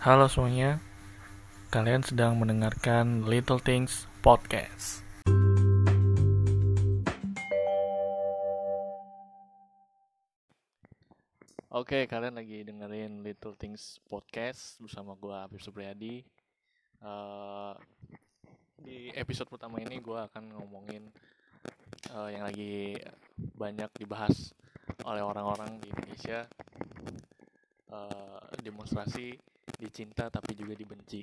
Halo semuanya, kalian sedang mendengarkan Little Things Podcast. Oke, kalian lagi dengerin Little Things Podcast bersama gue Afif Supriyadi. Di episode pertama ini gue akan ngomongin yang lagi banyak dibahas oleh orang-orang di Indonesia, demonstrasi dicinta tapi juga dibenci.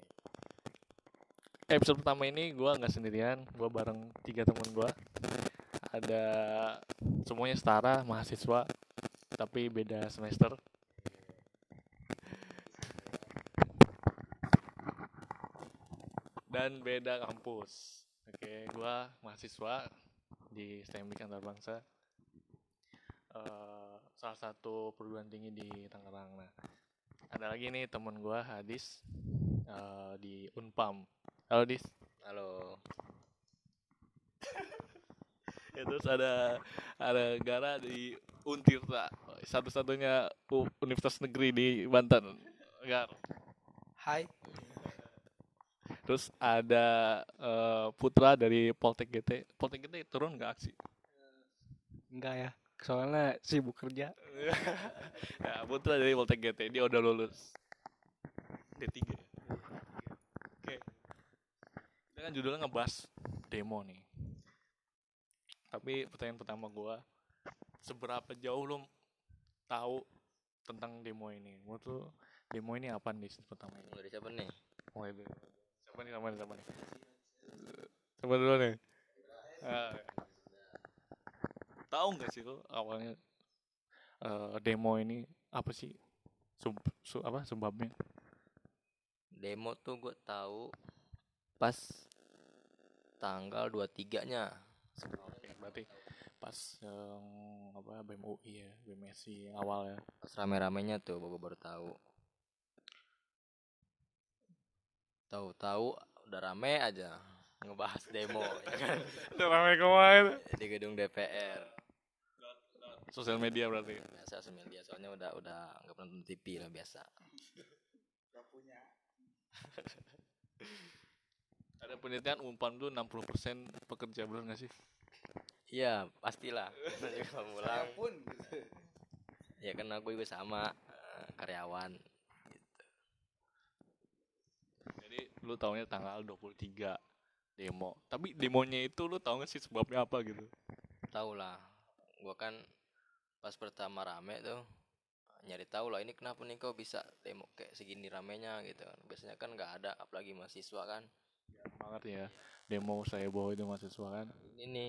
Episode pertama ini gue nggak sendirian, gue bareng 3 teman gue. Ada semuanya setara, mahasiswa, tapi beda semester. Dan beda kampus. Oke, gue mahasiswa di STMB Antar Bangsa, salah satu perguruan tinggi di Tangerang. Nah, ada lagi nih temen gue Hadis, di Unpam. Halo Dis. Halo. Ya, terus ada Gara di Untirta, satu-satunya universitas negeri di Banten. Gar. Hai. Terus ada Putra dari Poltek GT. Poltek GT turun nggak aksi? Enggak ya, soalnya sibuk kerja. Ya, Putra dari Poltek GT, dia udah lulus D3 ya. Oke. Kita kan judulnya ngebahas demo nih. Tapi pertanyaan pertama gue, seberapa jauh lo tahu tentang demo ini? Menurut lo demo ini apa nih pertama? Mulai dari siapa nih? Mulai dari siapa nih? Siapa dulu nih? Tahu nggak sih lo awalnya demo ini apa sih? Sebabnya? Demo tuh gue tahu pas tanggal 23-nya. Oke, berarti pas BEM UI ya, BEM SI yang awal ya. Pas rame-ramenya tuh gue baru tahu. Tahu-tahu udah rame aja ngebahas demo ya kan. Udah rame kemarin. Di gedung DPR. Sosial media berarti. Biasa sosial media, soalnya udah nggak pernah nonton TV lah biasa. Gak punya. Ada penelitian Unpam tuh 60% pekerja, benar nggak sih? Iya, pastilah. Kita juga pulang. Pun. Ya kan aku juga sama karyawan. Jadi lu taunya tanggal 23 demo. Tapi demonya itu lu tau gak sih sebabnya apa gitu? Tahu lah. Gua kan pas pertama rame tuh nyari tahu lah ini kenapa nih kok bisa demo kayak segini ramenya gitu kan. Biasanya kan nggak ada, apalagi mahasiswa kan. Jarang banget ya demo saya bawa itu mahasiswa kan. Ini nih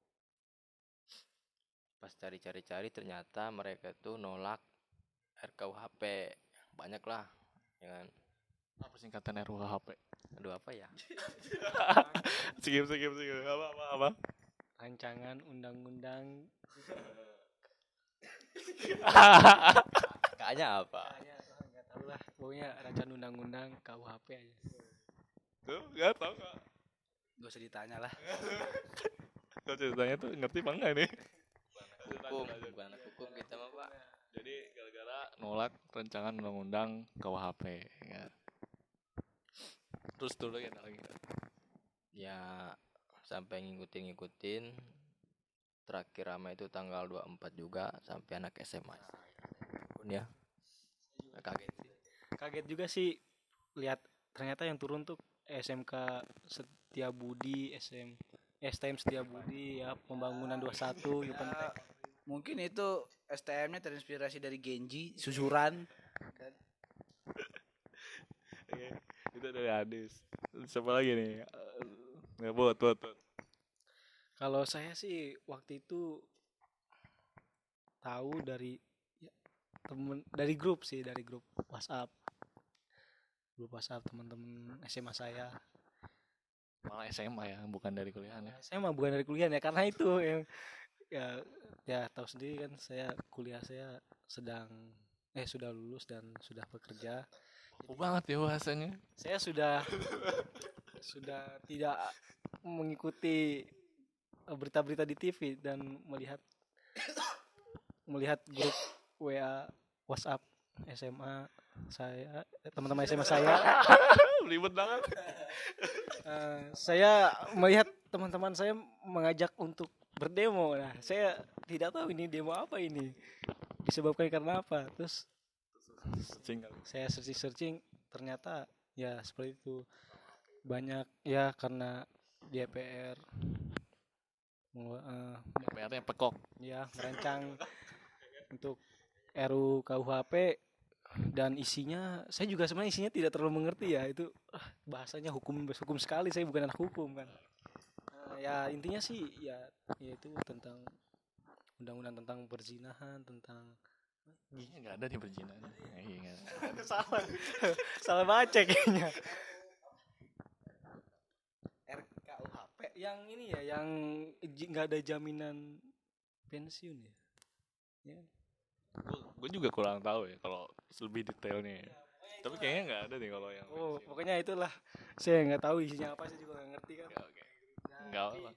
pas cari-cari ternyata mereka tuh nolak RKUHP. Banyak lah ya kan. Apa singkatan RUHP? Aduh apa ya? Skip. Apa? Rancangan undang-undang. Kayaknya apa? Nggak tahu lah. Pokoknya rancangan undang-undang KUHP aja. Tuh, gak tau gak? Gak usah ditanya lah. Kalau ceritanya tuh ngerti apa enggak nih? Hukum, bukan anak hukum kita mah Pak. Jadi gara-gara nolak rancangan undang-undang KUHP ya. Terus tuh lagi ada lagi. Ya sampai ngikutin. Terakhir ramai itu tanggal 24 juga sampai anak SMA. Pun ya. Kaget sih. Kaget juga sih lihat ternyata yang turun tuh SMK Setiabudi, STM Setiabudi ya, pembangunan 21 ya, mungkin itu STM-nya terinspirasi dari Genji, susuran. Itu dari Adis. Siapa lagi nih? Buat. Kalau saya sih waktu itu tahu dari dari grup WhatsApp. Grup WhatsApp teman-teman SMA saya. Malah SMA ya, bukan dari kuliahan ya. SMA bukan dari kuliah ya, karena itu yang ya tahu sendiri kan, kuliah saya sudah lulus dan sudah bekerja. Mampu banget ya bahasanya. Saya sudah tidak mengikuti berita-berita di TV dan melihat grup WA WhatsApp SMA saya teman-teman SMA saya. Ribet banget. Saya melihat teman-teman saya mengajak untuk berdemo. Nah, saya tidak tahu ini demo apa ini. Disebabkan karena apa? Terus Searching kali. saya searching ternyata ya seperti itu. Banyak ya karena DPR DPR-nya pekok. ya merancang untuk RUU KUHP dan isinya saya juga sebenarnya isinya tidak terlalu mengerti ya itu bahasanya hukum sekali, saya bukan anak hukum kan. Ya intinya sih ya itu tentang undang-undang tentang perzinahan, tentang Iya nggak ada di perjinan. Iya nggak ada. salah baca kayaknya. RKUHP yang ini ya yang nggak ada jaminan pensiun ya. Ya. Gue juga kurang tahu ya kalau lebih detailnya. Ya. Tapi kayaknya nggak ada nih kalau yang. Oh, pokoknya itulah. Saya nggak tahu isinya apa, saya juga nggak ngerti kan. Oke. Nggak apa.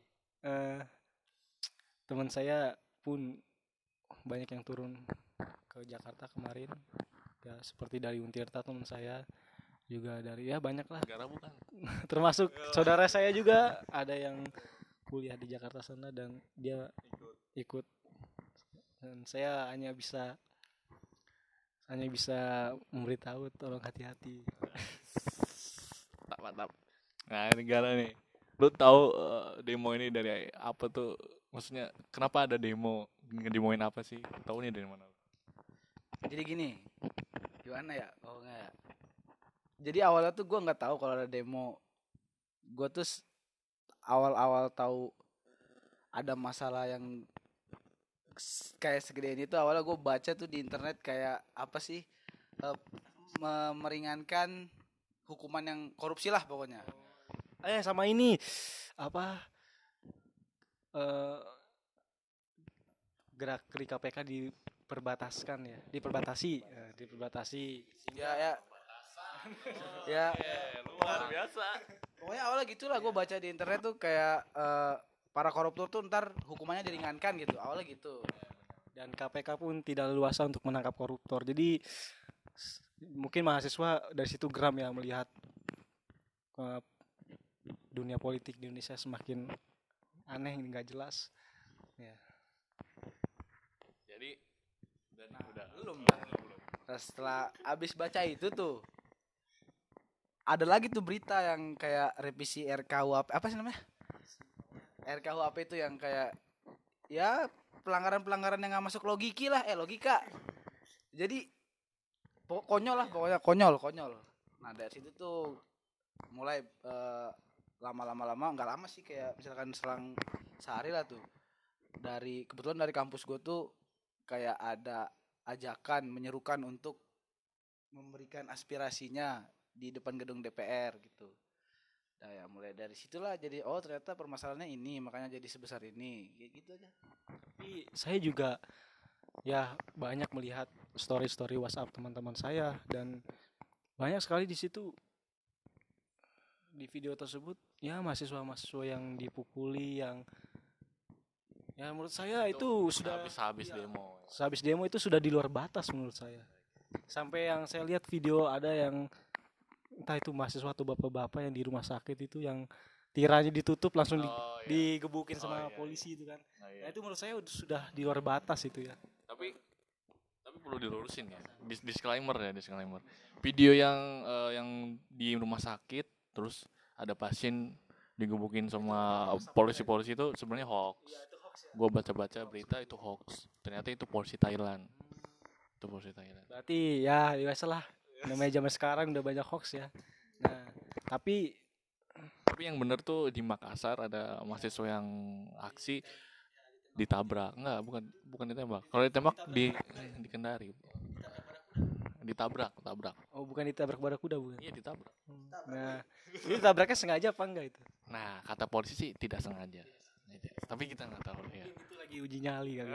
Teman saya pun banyak yang turun ke Jakarta kemarin. Ya seperti dari Untirta teman saya juga dari ya banyak lah. Negara bukan. Termasuk saudara saya juga ada yang kuliah di Jakarta sana dan dia ikut. Dan saya hanya bisa memberitahu tolong hati-hati. Mantap. Nah negara nih, lu tahu demo ini dari apa tuh? Maksudnya kenapa ada demo? Ngedemoin apa sih? Tahu nih dari mana? Jadi gini, gimana ya? Oh enggak ya. Jadi awalnya tuh gue nggak tahu kalau ada demo. Gue tuh awal-awal tahu ada masalah yang kayak segede ini tuh awalnya gue baca tuh di internet kayak apa sih meringankan hukuman yang korupsi lah pokoknya. Sama ini apa gerak keri KPK diperbatasi. Ya Luar biasa. pokoknya awalnya gitulah gue baca di internet tuh kayak para koruptor tuh ntar hukumannya diringankan gitu awalnya gitu. Dan KPK pun tidak leluasa untuk menangkap koruptor. Jadi mungkin mahasiswa dari situ geram ya melihat dunia politik di Indonesia semakin aneh, nggak jelas. Ya. Jadi dan udah Belum. Nah, setelah abis baca itu tuh ada lagi tuh berita yang kayak revisi RKUHP apa sih namanya? RKUHP itu yang kayak ya pelanggaran-pelanggaran yang nggak masuk logika. Jadi konyol lah pokoknya konyol. Nah dari situ tuh mulai lama nggak lama sih kayak misalkan selang sehari lah tuh kebetulan dari kampus gue tuh kayak ada ajakan menyerukan untuk memberikan aspirasinya di depan gedung DPR gitu. Nah ya mulai dari situlah jadi ternyata permasalahannya ini makanya jadi sebesar ini kayak gitu aja. Tapi saya juga ya banyak melihat story WhatsApp teman-teman saya dan banyak sekali di situ di video tersebut ya mahasiswa yang dipukuli yang ya menurut saya itu sudah habis demo. Habis demo itu sudah di luar batas menurut saya. Sampai yang saya lihat video ada yang entah itu mahasiswa atau bapak-bapak yang di rumah sakit itu yang tiranya ditutup langsung digebukin sama polisi itu kan. Nah itu menurut saya sudah di luar batas itu ya. Tapi perlu dilurusin ya. Disclaimer. Video yang di rumah sakit terus ada pasien digebukin sama polisi itu sebenarnya hoax. Gue baca berita itu hoax. Ternyata itu polisi Thailand. Berarti ya biasalah. Namanya zaman sekarang udah banyak hoax ya. Nah, tapi yang bener tuh di Makassar ada mahasiswa yang aksi ditabrak. Enggak, bukan ditembak. Kalau ditembak di Kendari. Ditabrak. Oh, bukan ditabrak barakuda bukan? Iya, ditabrak. Nah, ini tabraknya sengaja apa enggak itu? Nah, kata polisi sih tidak sengaja. Tapi kita nggak tahu ya. Itu lagi uji nyali kali.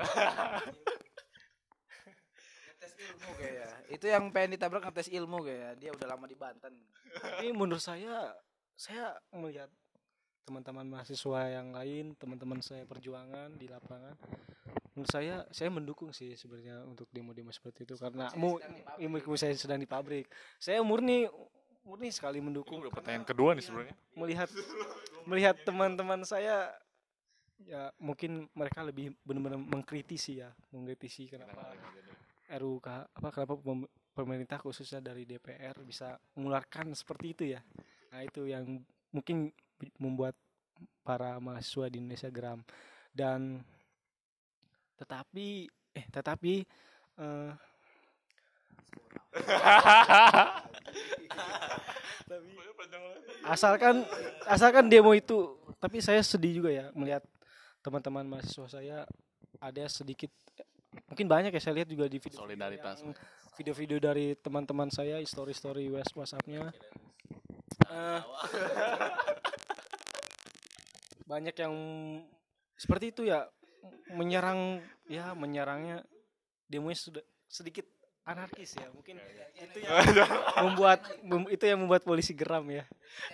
Ngetes ilmu kayak itu yang pengen ditabrak ngetes ilmu kayak dia udah lama di Banten. Tapi menurut saya melihat teman-teman mahasiswa yang lain, teman-teman saya perjuangan di lapangan, menurut saya mendukung sih sebenarnya untuk demo-demo seperti itu karena ilmu saya sedang di pabrik. Saya murni sekali Itu mendukung udah pertanyaan kedua nih sebenarnya. melihat teman-teman saya ya mungkin mereka lebih benar-benar mengkritisi kenapa kenapa pemerintah khususnya dari DPR bisa mengeluarkan seperti itu ya. Nah, itu yang mungkin membuat para mahasiswa di Indonesia geram. Dan tetapi eh, asalkan demo itu, tapi saya sedih juga ya melihat teman-teman mahasiswa saya ada sedikit, mungkin banyak ya, saya lihat juga di Solidaritas. video-video dari teman-teman saya, story WhatsApp-nya banyak yang seperti itu ya, menyerangnya demonya sudah sedikit anarkis ya, mungkin itu yang membuat polisi geram ya.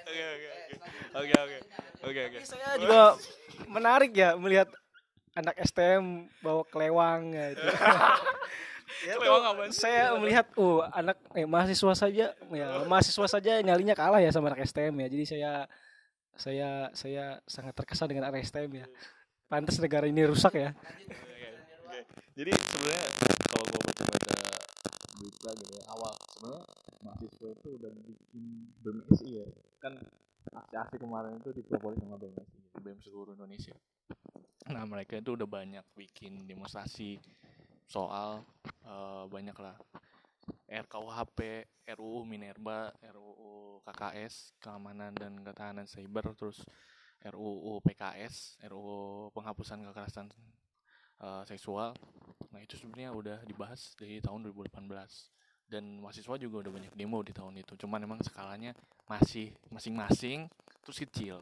Oke. Tapi saya juga menarik ya melihat anak STM bawa kelewang ya itu. Ya Kelewang tuh, apaan sih? saya melihat mahasiswa saja nyalinya kalah ya sama anak STM ya. Jadi saya sangat terkesan dengan anak STM ya. Pantas negara ini rusak ya. Oke. Jadi sebenarnya kalau gue baca berita gitu ya, awal sebenarnya mahasiswa itu udah bikin BMSI ya. Kan aksi-aksi kemarin itu dipropori sama BMSI, BEM seluruh Indonesia. Nah, mereka itu udah banyak bikin demonstrasi soal banyak lah, RKUHP, RUU Minerba, RUU KKS, keamanan dan ketahanan cyber, terus RUU PKS, RUU penghapusan kekerasan seksual. Nah, itu sebenarnya udah dibahas dari tahun 2018 dan mahasiswa juga udah banyak demo di tahun itu. Cuman memang skalanya masih masing-masing terus kecil.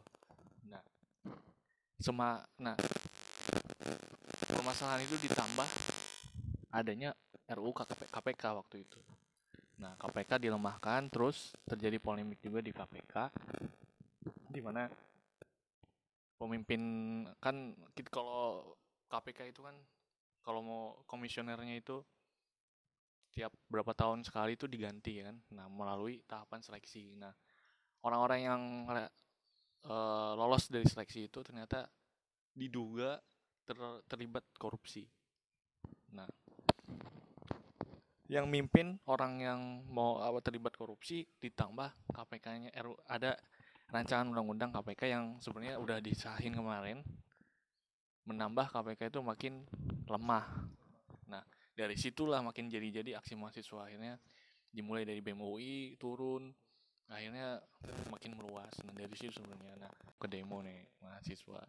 Nah, permasalahan itu ditambah adanya RUU KPK waktu itu. Nah, KPK dilemahkan, terus terjadi polemik juga di KPK, di mana pemimpin kan kalau KPK itu kan kalau mau komisionernya itu tiap berapa tahun sekali itu diganti kan. Nah, melalui tahapan seleksi. Nah, orang-orang yang lolos dari seleksi itu ternyata diduga terlibat korupsi. Nah, yang mimpin orang yang mau terlibat korupsi, ditambah KPK-nya ada rancangan undang-undang KPK yang sebenarnya udah disahin kemarin, menambah KPK itu makin lemah. Nah, dari situlah makin jadi aksi mahasiswa, akhirnya dimulai dari BEM UI turun, akhirnya makin meluas. Nah, dari situ sebenarnya ke demo nih mahasiswa.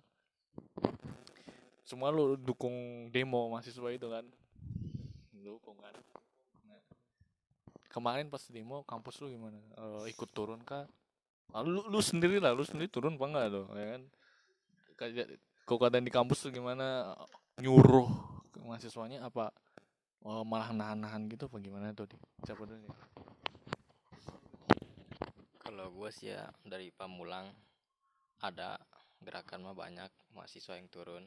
Semua lu dukung demo mahasiswa itu kan? Dukung kan? Nah, kemarin pas demo kampus lu gimana? Ikut turun kah? Lu sendiri turun apa enggak tuh? Ya kan? Kok keadaan di kampus tuh gimana? Nyuruh ke mahasiswanya apa? Malah nahan-nahan gitu apa gimana tuh? Siapa dulu nih? Kalau gue sih ya dari Pamulang ada gerakan mah banyak mahasiswa yang turun.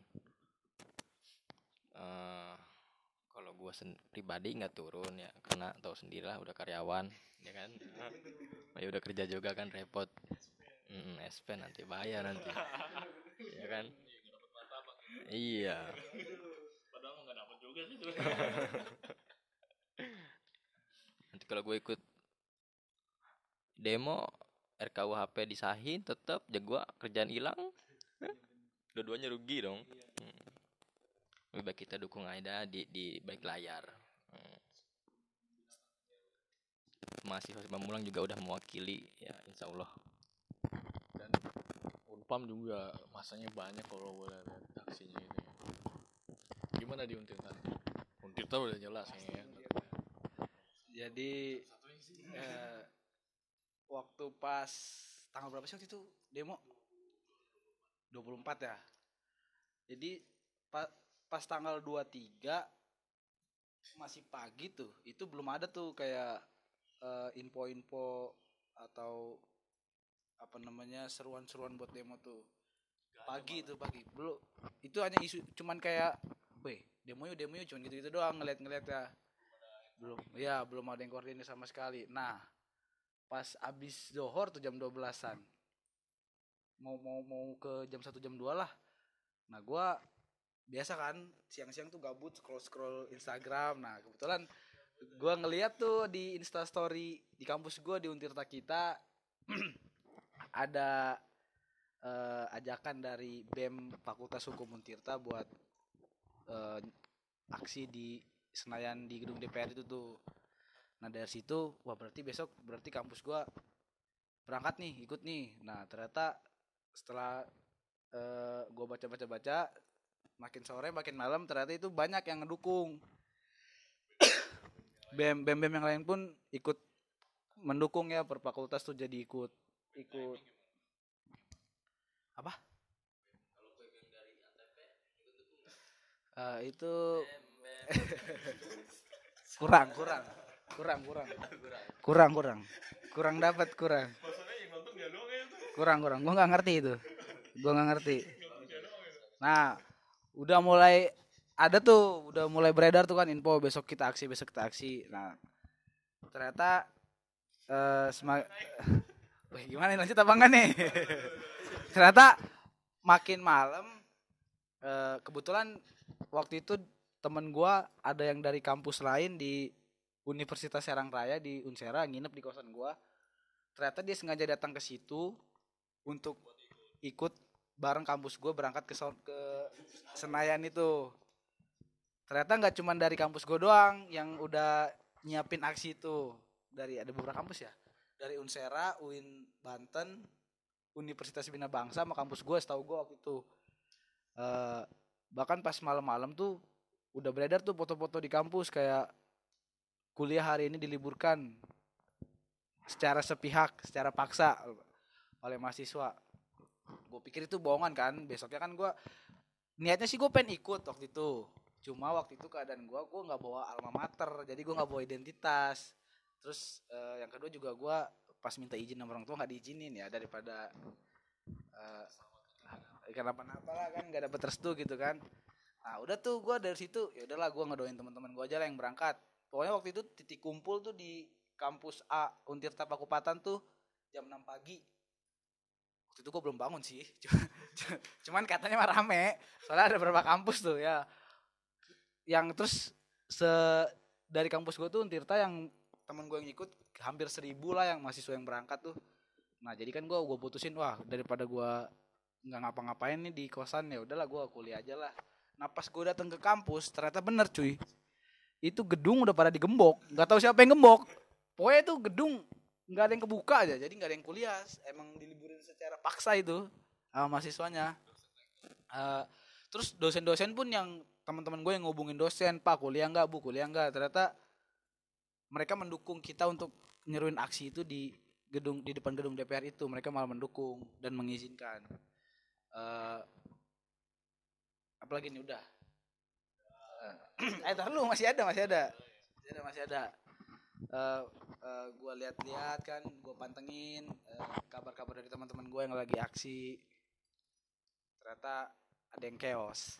Kalau gue pribadi nggak turun ya karena tahu sendirilah udah karyawan ya kan. Ya udah kerja juga kan repot. SP nanti bayar nanti. Ya kan? Iya. Padahal nggak dapat juga sih. Nanti kalau gue ikut demo RKUHP disahin tetap gue kerjaan hilang. Dua-duanya rugi dong. Lebih baik kita dukung aja di balik layar. Mahasiswa Pamulang juga udah mewakili ya, insya Allah. Dan Unpam juga masanya banyak kalau gue lihat aksinya itu. Gimana di Untirta? Untirta udah jelas ya. Jadi waktu pas tanggal berapa sih waktu itu demo? 24 ya. Jadi pas tanggal 23 masih pagi tuh. Itu belum ada tuh kayak info-info atau apa namanya seruan-seruan buat demo tuh. pagi itu pagi belum, itu hanya isu cuman kayak weh demo yuk cuman gitu doang, ngeliat ya, belum ada yang koordinir sama sekali. Nah pas abis zohor tuh jam 12-an mau ke jam 1 jam 2 lah. Nah gua biasa kan siang-siang tuh gabut scroll Instagram. Nah kebetulan gua ngeliat tuh di Instastory di kampus gua di Untirta kita ada ajakan dari BEM Fakultas Hukum Untirta buat aksi di Senayan di gedung DPR itu tuh. Nah dari situ wah berarti kampus gua berangkat nih, ikut nih. Nah ternyata setelah gua baca makin sore makin malam ternyata itu banyak yang ngedukung. BEM yang lain pun ikut mendukung ya, per fakultas tuh jadi ikut apa? Itu kurang dapat kurang gue nggak ngerti itu, Nah udah mulai beredar tuh kan info besok kita aksi. Nah ternyata wah, gimana lanjut apa enggak nih? Ternyata makin malam kebetulan waktu itu temen gua ada yang dari kampus lain di Universitas Serang Raya di Unsera nginep di kosan gua. Ternyata dia sengaja datang ke situ untuk ikut bareng kampus gua berangkat ke Senayan itu. Ternyata nggak cuma dari kampus gua doang yang udah nyiapin aksi itu. Ada beberapa kampus ya. Dari Unsera, UIN Banten, Universitas Bina Bangsa sama kampus gue, setahu gue waktu itu. Bahkan pas malam-malam tuh udah beredar tuh foto-foto di kampus kayak kuliah hari ini diliburkan secara sepihak, secara paksa oleh mahasiswa. Gue pikir itu bohongan kan. Besoknya kan gue niatnya sih gue pengen ikut waktu itu. Cuma waktu itu keadaan gue nggak bawa alma mater, jadi gue nggak bawa identitas. Terus yang kedua juga gue pas minta izin sama orang tua nggak diizinin ya, daripada kenapa-napa lah kan, nggak dapet restu gitu kan. Nah udah tuh gue dari situ ya udahlah gue ngedoain teman-teman gue aja lah yang berangkat. Pokoknya waktu itu titik kumpul tuh di kampus A Untirta Pakupatan tuh jam 6 pagi. Waktu itu gue belum bangun sih, cuman katanya mah rame soalnya ada beberapa kampus tuh ya. Yang terus dari kampus gue tuh Untirta yang temen gue yang ikut hampir 1.000 lah yang mahasiswa yang berangkat tuh. Nah jadi kan gue putusin, wah daripada gue nggak ngapa-ngapain nih di kosan, ya udahlah gue kuliah aja lah. Nah pas gue datang ke kampus ternyata bener cuy, itu gedung udah pada digembok, nggak tahu siapa yang gembok. Pokoknya itu gedung nggak ada yang kebuka aja, jadi nggak ada yang kuliah, emang diliburin secara paksa itu sama mahasiswanya. Terus dosen-dosen pun yang teman-teman gue yang ngubungin dosen, Pak kuliah nggak Bu, kuliah nggak, ternyata mereka mendukung kita untuk nyeruin aksi itu di depan gedung DPR itu. Mereka malah mendukung dan mengizinkan. Apalagi nih udah. Tahan lu masih ada. Gue lihat-lihat kan, gue pantengin kabar-kabar dari teman-teman gue yang lagi aksi. Ternyata ada yang chaos.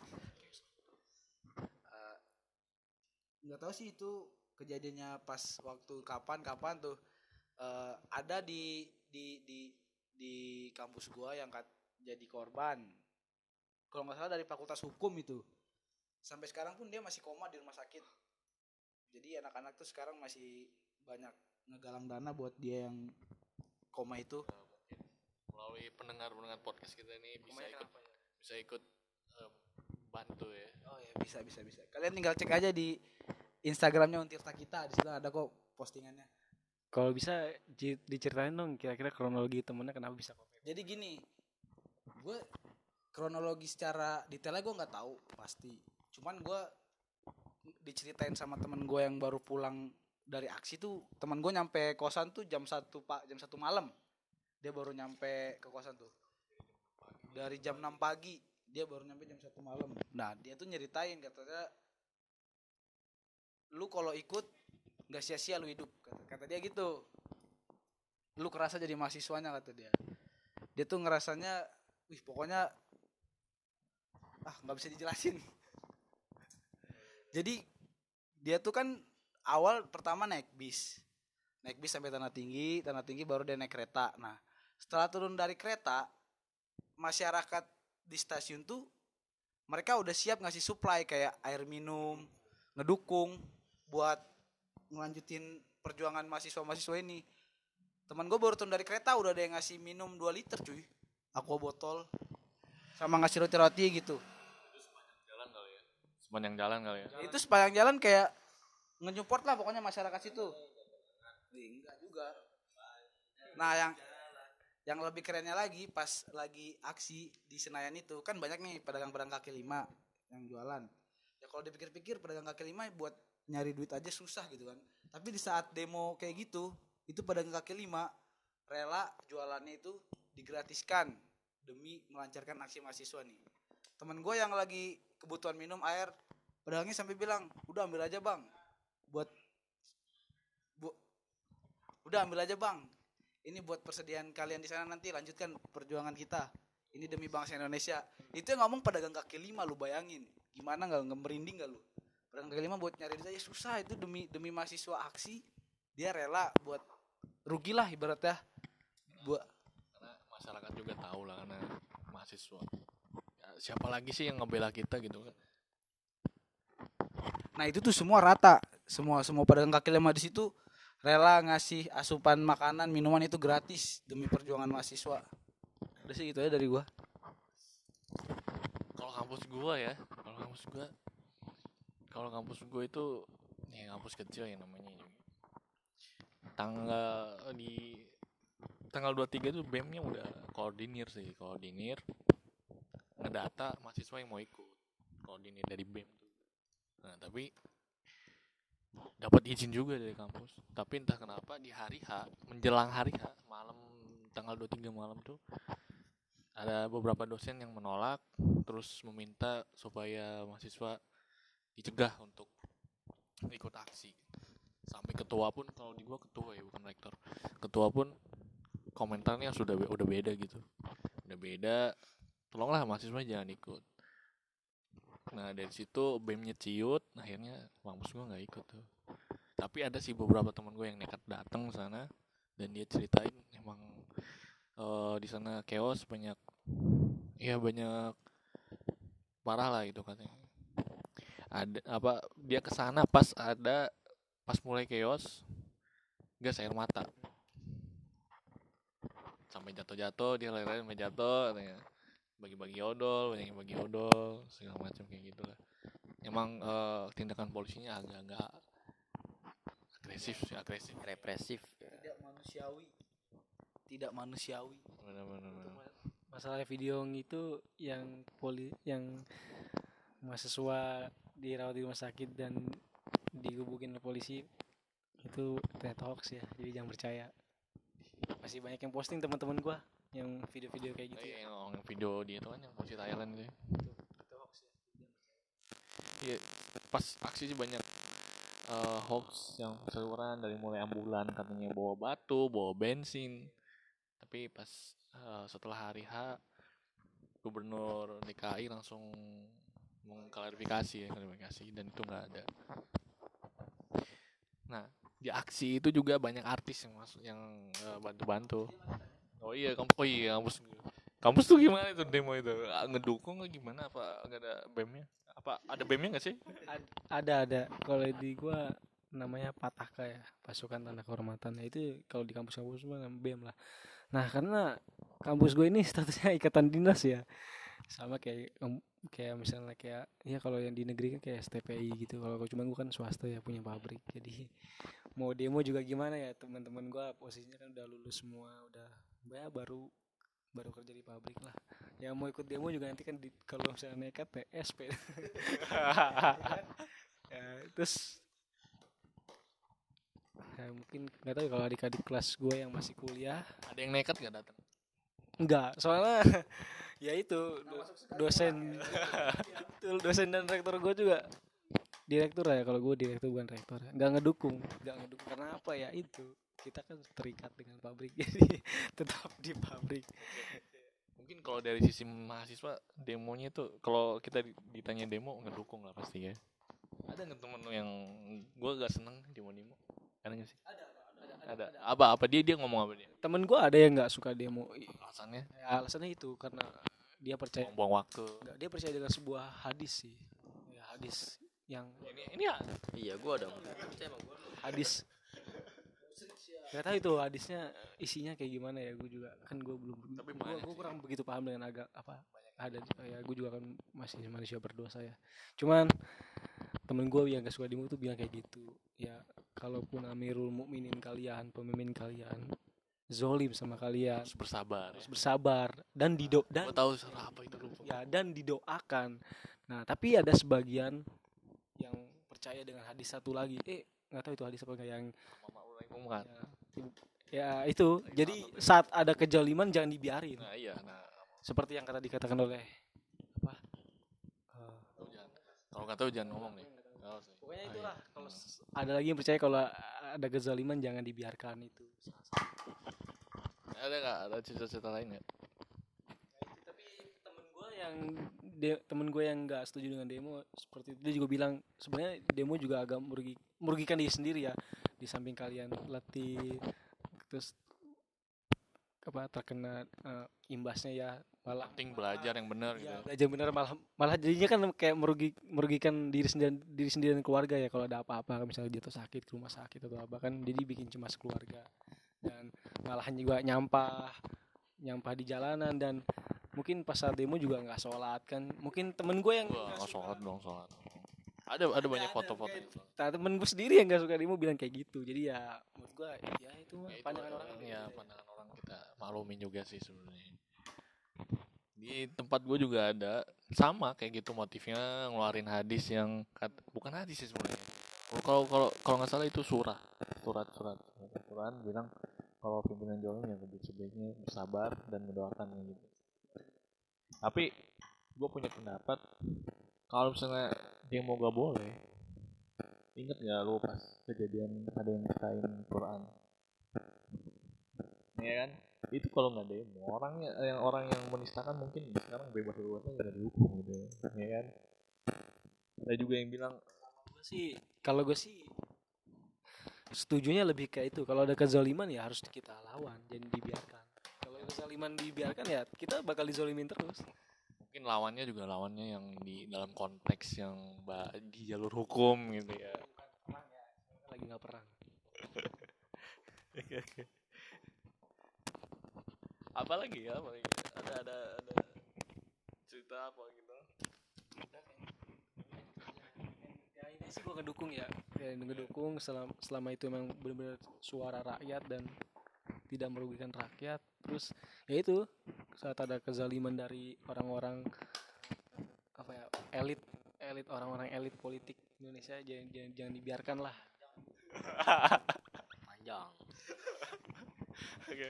Nggak tahu sih itu kejadiannya pas waktu kapan tuh. Ada di kampus gua yang jadi korban. Kalau nggak salah dari Fakultas Hukum itu. Sampai sekarang pun dia masih koma di rumah sakit. Jadi anak-anak tuh sekarang masih banyak ngegalang dana buat dia yang koma itu. Melalui pendengar podcast kita ini bisa ikut bantu ya. Oh ya, bisa. Kalian tinggal cek aja di Instagramnya Untirta kita, di situ ada kok postingannya. Kalau bisa diceritain dong kira-kira kronologi temennya kenapa bisa kok. Jadi gini, gue kronologi secara detailnya gue nggak tahu pasti. Cuman gue diceritain sama temen gue yang baru pulang dari aksi tuh, temen gue nyampe kosan tuh jam 1 malam. Dia baru nyampe ke kosan tuh. Dari jam 6 pagi dia baru nyampe jam 1 malam. Nah dia tuh nyeritain katanya, lu kalau ikut nggak sia-sia lu hidup, kata dia gitu. Lu kerasa jadi mahasiswanya, kata dia. Dia tuh ngerasanya, pokoknya nggak bisa dijelasin. Jadi dia tuh kan awal pertama naik bis sampai Tanah Tinggi baru dia naik kereta. Nah setelah turun dari kereta, masyarakat di stasiun tuh mereka udah siap ngasih supply kayak air minum, ngedukung buat ngelanjutin perjuangan mahasiswa ini. Teman gue baru turun dari kereta udah ada yang ngasih minum 2 liter cuy, aqua botol, sama ngasih roti-roti gitu. Sepanjang jalan kali ya. Itu sepanjang jalan kayak nge-support lah pokoknya masyarakat situ. Enggak juga. Nah yang lebih kerennya lagi pas lagi aksi di Senayan itu kan banyak nih pedagang-pedagang kaki lima yang jualan. Ya kalau dipikir-pikir pedagang kaki lima buat nyari duit aja susah gitu kan. Tapi di saat demo kayak gitu, itu pedagang kaki lima rela jualannya itu digratiskan demi melancarkan aksi mahasiswa nih. Temen gue yang lagi kebutuhan minum air, pedagangnya sampai bilang, udah ambil aja bang, udah ambil aja bang. Ini buat persediaan kalian di sana, nanti lanjutkan perjuangan kita. Ini demi bangsa Indonesia. Itu yang ngomong pedagang kaki lima, lu bayangin. Gimana nggak merinding nggak lu? Pedagang kaki lima buat nyari duit aja susah, itu demi mahasiswa aksi, dia rela buat rugilah ibaratnya. Karena masyarakat juga tahu lah karena mahasiswa. Ya, siapa lagi sih yang ngebela kita gitu kan? Nah itu tuh semua rata, semua pedagang kaki lima di situ rela ngasih asupan makanan minuman itu gratis demi perjuangan mahasiswa. Udah sih gitu aja dari gua. Kalau kampus gua itu ya kampus kecil ya namanya. Tanggal 23 tuh BEM-nya udah koordinir ngedata mahasiswa yang mau ikut. Koordinir dari BEM tuh. Nah, tapi dapat izin juga dari kampus. Tapi entah kenapa di hari H, menjelang hari H, malam tanggal 23 malam tuh ada beberapa dosen yang menolak, terus meminta supaya mahasiswa dicegah untuk ikut aksi. Sampai ketua pun, kalau di gua ketua ya bukan rektor, ketua pun komentarnya udah beda gitu, udah beda, tolonglah mahasiswa jangan ikut. Nah dari situ BEM-nya ciut, akhirnya kampus gua nggak ikut tuh. Tapi ada sih beberapa teman gue yang nekat datang ke sana dan dia ceritain emang di sana chaos banyak parah lah gitu katanya. Dia kesana pas mulai chaos gas air mata sampai jatuh dia lari sampai jatuh katanya, bagi-bagi odol, banyak yang bagi odol segala macam kayak gitulah. Emang tindakan polisinya agak agresif represif. Tidak manusiawi. Benar. Masalah video itu yang mahasiswa dirawat di rumah sakit dan digebukin oleh polisi itu ternyata hoax ya, jadi jangan percaya. Masih banyak yang posting teman-teman gua yang video-video kayak gitu. Yang video dia itu kan yang polisi Thailand gitu ya. Itu hoax ya. Iya, pas aksi sih banyak hoax yang berseliweran dari mulai ambulan katanya bawa batu, bawa bensin. Tapi pas setelah hari H, Gubernur DKI langsung mengklarifikasi dan itu nggak ada. Nah di aksi itu juga banyak artis yang masuk yang bantu-bantu. Kampus tuh gimana itu demo itu? Ngedukung nggak gimana? Apa nggak ada BEM-nya? Apa ada BEM-nya nggak sih? Ada. Kalau di gua namanya Pataka ya, Pasukan Tanda Kehormatan. Nah, itu kalau di kampus-kampus gua BEM lah. Nah, karena kampus gue ini statusnya ikatan dinas ya. Sama kayak misalnya kayak ya kalau yang di negeri kan kayak STPI gitu. Kalau cuma gue kan swasta ya, punya pabrik. Jadi mau demo juga gimana ya, teman-teman gue posisinya kan udah lulus semua, udah ya baru kerja di pabrik lah. Yang mau ikut demo juga nanti kan kalau misalnya nekat ya SP. Ya, terus ya mungkin nggak tahu kalau adik-adik kelas gue yang masih kuliah Ada yang nekat nggak datang? enggak, soalnya ya itu dosen dan rektor gue juga direktur ya, kalau gue direktur bukan rektor ya. nggak ngedukung karena apa ya, itu kita kan terikat dengan pabrik jadi tetap di pabrik. Mungkin Mungkin kalau dari sisi mahasiswa demonya itu kalau kita ditanya demo ngedukung lah pasti ya. Ada nggak temen lu yang gua gak seneng demo-demo? Ada nggak sih? Ada. Apa dia ngomong apa dia? Temen gue ada yang nggak suka demo. Alasannya Ya, alasannya itu karena dia percaya buang waktu. nggak, dia percaya dengan sebuah hadis sih. Ya, hadis yang Ini ya Iya, gua dong. Percaya sama gua. hadis nggak tahu itu hadisnya isinya kayak gimana ya, gue juga kan gue belum Tapi gue banyak sih. kurang begitu paham dengan agak apa ada ya, gue juga kan masih manusia berdosa ya. Cuman temen gue yang gak suka demo tuh bilang kayak gitu ya, kalaupun Amirul Mukminin kalian, pemimpin kalian zolim sama kalian, harus bersabar. harus bersabar dan dan Gua tahu surah apa itu lupa. ya dan didoakan. Nah tapi ada sebagian yang percaya dengan hadis satu lagi, nggak tahu itu hadis apa enggak, yang Kan. ya itu jadi saat ada kejaliman jangan dibiarin, Nah iya, nah seperti yang dikatakan oleh apa kalau nggak tahu jangan ngomong nih. Nggak usah. pokoknya Ah, itulah. iya. Kalau ada lagi yang percaya kalau ada kezaliman jangan dibiarkan, itu Ada nggak ada cerita-cerita lain nggak? tapi temen gue yang nggak setuju dengan demo seperti itu, dia juga bilang sebenarnya demo juga agak merugikan diri sendiri ya, di samping kalian letih terus apa terkena imbasnya ya, malah Penting belajar yang benar gitu. ya, belajar bener, malah jadinya kan kayak merugikan diri sendiri dan keluarga ya, kalau ada apa-apa misalnya jatuh sakit ke rumah sakit atau apa kan, jadi bikin cemas keluarga, dan malahan juga nyampah di jalanan, dan mungkin pas saat demo juga nggak sholat kan, mungkin temen gue yang Wah, nggak sholat dong sholat. Ada banyak foto-foto gitu. temen gue sendiri yang nggak suka demo bilang kayak gitu, jadi ya menurut gue ya itu mah Ya, itu pandangan orang ya pandangan orang kita maklumin juga sih sebenarnya. Di tempat gue juga ada sama kayak gitu motifnya, ngeluarin hadis yang bukan hadis sih sebenarnya. Kalau nggak salah itu surat Al-Quran bilang kalau pimpinan jalan yang lebih sebaiknya bersabar dan mendoakan gitu. Tapi gue punya pendapat kalau misalnya demo gak boleh, inget gak lu pas kejadian ada yang ngatain Quran, ya kan? Itu kalau nggak demo orang yang menistakan mungkin sekarang bebas-bebasnya nggak dihukum gitu ya kan. Ada juga yang bilang kalau gue sih setujunya lebih kayak itu, kalau ada kezaliman ya harus kita lawan, jangan dibiarkan. Kalau kezaliman dibiarkan ya kita bakal dizolimin terus. mungkin lawannya yang di dalam konteks yang di jalur hukum gitu ya. Perang ya, lagi nggak perang. apa lagi ada cerita apa gitu. Ya ini sih gue ngedukung ya, ngedukung selama itu emang benar-benar suara rakyat dan tidak merugikan rakyat. Terus ya itu saat ada kezaliman dari orang-orang apa ya, elit orang-orang elit politik Indonesia, jangan dibiarkan lah. Panjang. Oke.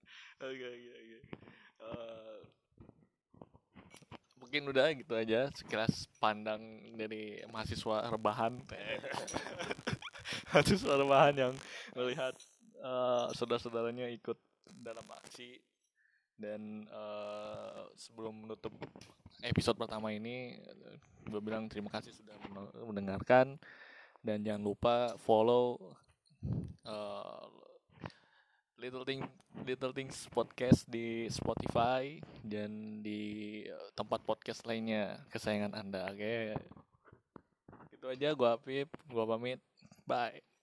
Mungkin udah gitu aja sekilas pandang dari mahasiswa rebahan. Mahasiswa rebahan yang melihat saudara-saudaranya ikut dalam aksi. Dan sebelum menutup episode pertama ini, gue bilang terima kasih sudah mendengarkan, dan jangan lupa follow Little Things Podcast di Spotify dan di tempat podcast lainnya kesayangan Anda. Oke. Itu aja, gua Apip, gua pamit. Bye.